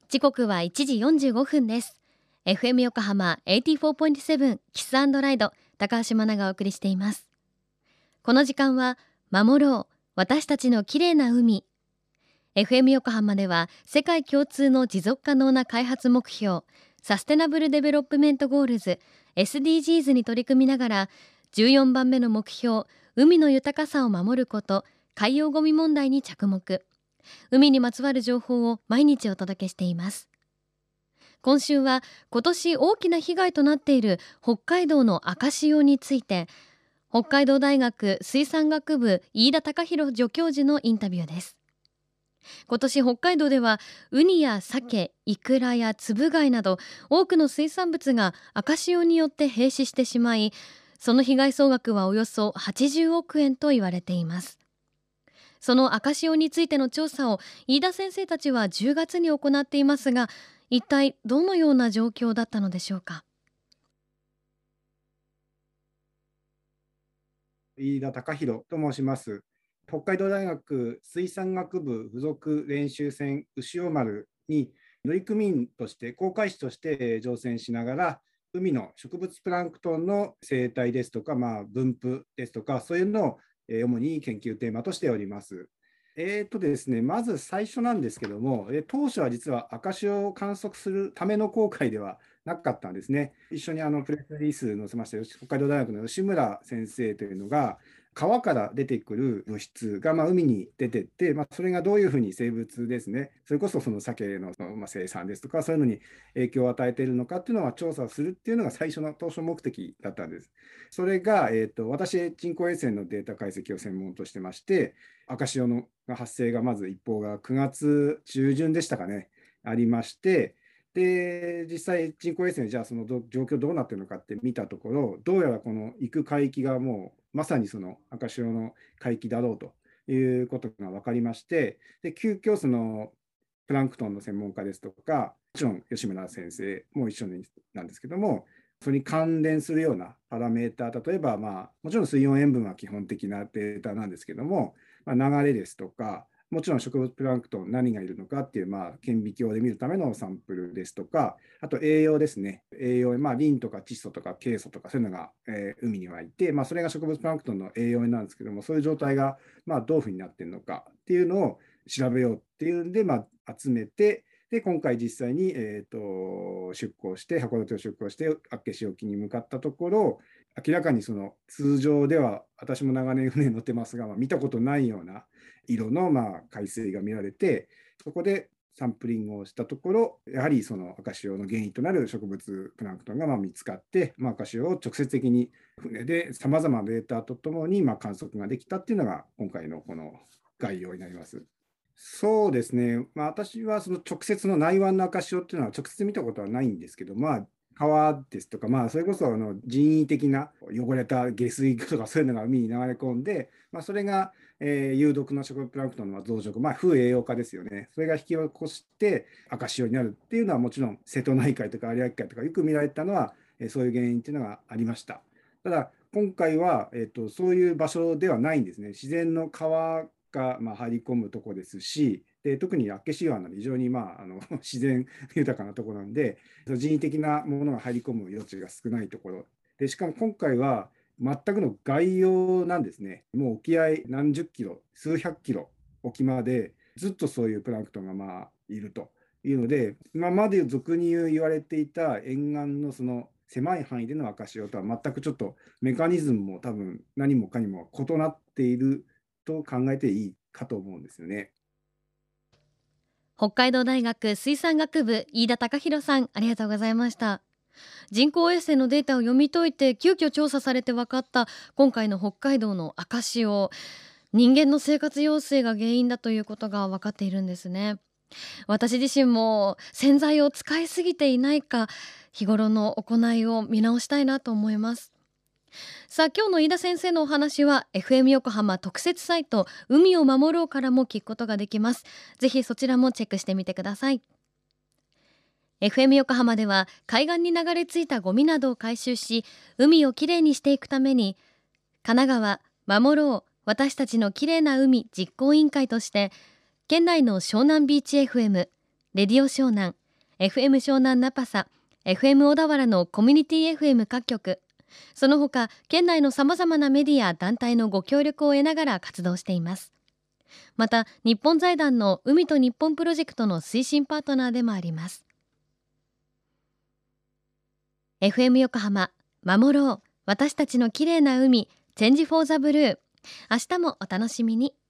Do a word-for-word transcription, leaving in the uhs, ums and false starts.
時刻はいちじよんじゅうごふんです。 エフエム 横浜 エイティフォーポイントセブン キス&ライド、高橋真奈がお送りしています。この時間は守ろう私たちの綺麗な海。 エフエム 横浜では世界共通の持続可能な開発目標サステナブルデベロップメントゴールズ エスディージーズ に取り組みながら、じゅうよんばんめの目標海の豊かさを守ること、海洋ゴミ問題に着目。海にまつわる情報を毎日お届けしています。今週は今年大きな被害となっている北海道の赤潮について、北海道大学水産学部飯田隆弘助教授のインタビューです。今年北海道ではウニやサケ、イクラやつぶ貝など多くの水産物が赤潮によって閉止してしまい、その被害総額はおよそはちじゅうおくえんと言われています。その赤潮についての調査を飯田先生たちはじゅうがつに行っていますが、一体どのような状況だったのでしょうか。 飯田隆弘と申します。北海道大学水産学部附属練習船牛尾丸に乗組員として航海士として乗船しながら、海の植物プランクトンの生態ですとか、まあ、分布ですとか、そういうのを主に研究テーマとしております。えーとですね、まず最初なんですけども、当初は実は赤潮を観測するための航海ではなかったんですね。一緒にあのプレスリリース載せました北海道大学の吉村先生というのが、川から出てくる物質がまあ海に出てって、まあ、それがどういうふうに生物ですね、それこそその鮭のまあ生産ですとか、そういうのに影響を与えているのかっていうのは調査するっていうのが最初の当初目的だったんです。それが、えーと、私、人工衛星のデータ解析を専門としてまして、赤潮の発生がまず一報がくがつちゅうじゅんでしたかね、ありまして、で、実際人工衛星でじゃあその状況どうなっているのかって見たところ、どうやらこの行く海域がもうまさにその赤潮の海域だろうということが分かりまして、で急遽そのプランクトンの専門家ですとか、もちろん吉村先生も一緒なんですけども、それに関連するようなパラメーター、例えば、まあ、もちろん水温塩分は基本的なデータなんですけども、まあ、流れですとか、もちろん植物プランクトン何がいるのかっていう、まあ、顕微鏡で見るためのサンプルですとか、あと栄養ですね。栄養、まあ、リンとか窒素とかケイ素とかそういうのが、えー海にはいて、まあ、それが植物プランクトンの栄養なんですけども、そういう状態が、まあ、どういうふうになっているのかっていうのを調べようっていうんで、まあ、集めて、で、今回実際に、えーと、出港して、函館を出港して、厚岸沖に向かったところ、明らかにその通常では、私も長年船に乗ってますが、まあ、見たことないような色のまあ海水が見られて、そこでサンプリングをしたところ、やはりその赤潮の原因となる植物プランクトンがまあ見つかって、まあ、赤潮を直接的に船でさまざまなデータとともにまあ観測ができたっていうのが、今回のこの概要になります。そうですね、まあ、私はその直接の内湾の赤潮っていうのは直接見たことはないんですけど、まあ、川ですとか、まあ、それこそあの人為的な汚れた下水とかそういうのが海に流れ込んで、まあ、それが、えー有毒の植物プランクトンの増殖、まあ、風栄養化ですよね、それが引き起こして赤潮になるっていうのは、もちろん瀬戸内海とか有明海とかよく見られたのは、えーそういう原因っていうのがありました。ただ、今回は、えーと、そういう場所ではないんですね。自然の川が、まあ、入り込むところですし、で特に厚岸湾なので非常に、まあ、あの自然豊かなところなんで、人為的なものが入り込む余地が少ないところで、しかも今回は全くの外洋なんですね。もう沖合何十キロ、数百キロ沖までずっとそういうプランクトンがまあいるというので、今まで俗に言われていた沿岸のその狭い範囲での赤潮とは全くちょっとメカニズムも多分何もかにも異なっていると考えていいかと思うんですよね。 北海道大学水産学部飯田隆弘さん、ありがとうございました。人工衛星のデータを読み解いて急遽調査されて分かった今回の北海道の赤潮、人間の生活様式が原因だということが分かっているんですね。私自身も洗剤を使いすぎていないか、日頃の行いを見直したいなと思います。さあ、今日の飯田先生のお話は エフエム 横浜特設サイト海を守ろうからも聞くことができます。ぜひそちらもチェックしてみてください。エフエム 横浜では海岸に流れ着いたゴミなどを回収し、海をきれいにしていくために、神奈川守ろう私たちのきれいな海実行委員会として、県内の湘南ビーチ エフエム、 レディオ湘南、 エフエム 湘南ナパサ、 エフエム 小田原のコミュニティ エフエム 各局、その他県内のさまざまなメディア団体のご協力を得ながら活動しています。また日本財団の海と日本プロジェクトの推進パートナーでもあります。 エフエム 横浜、守ろう私たちの綺麗な海、チェンジフォーザブルー。明日もお楽しみに。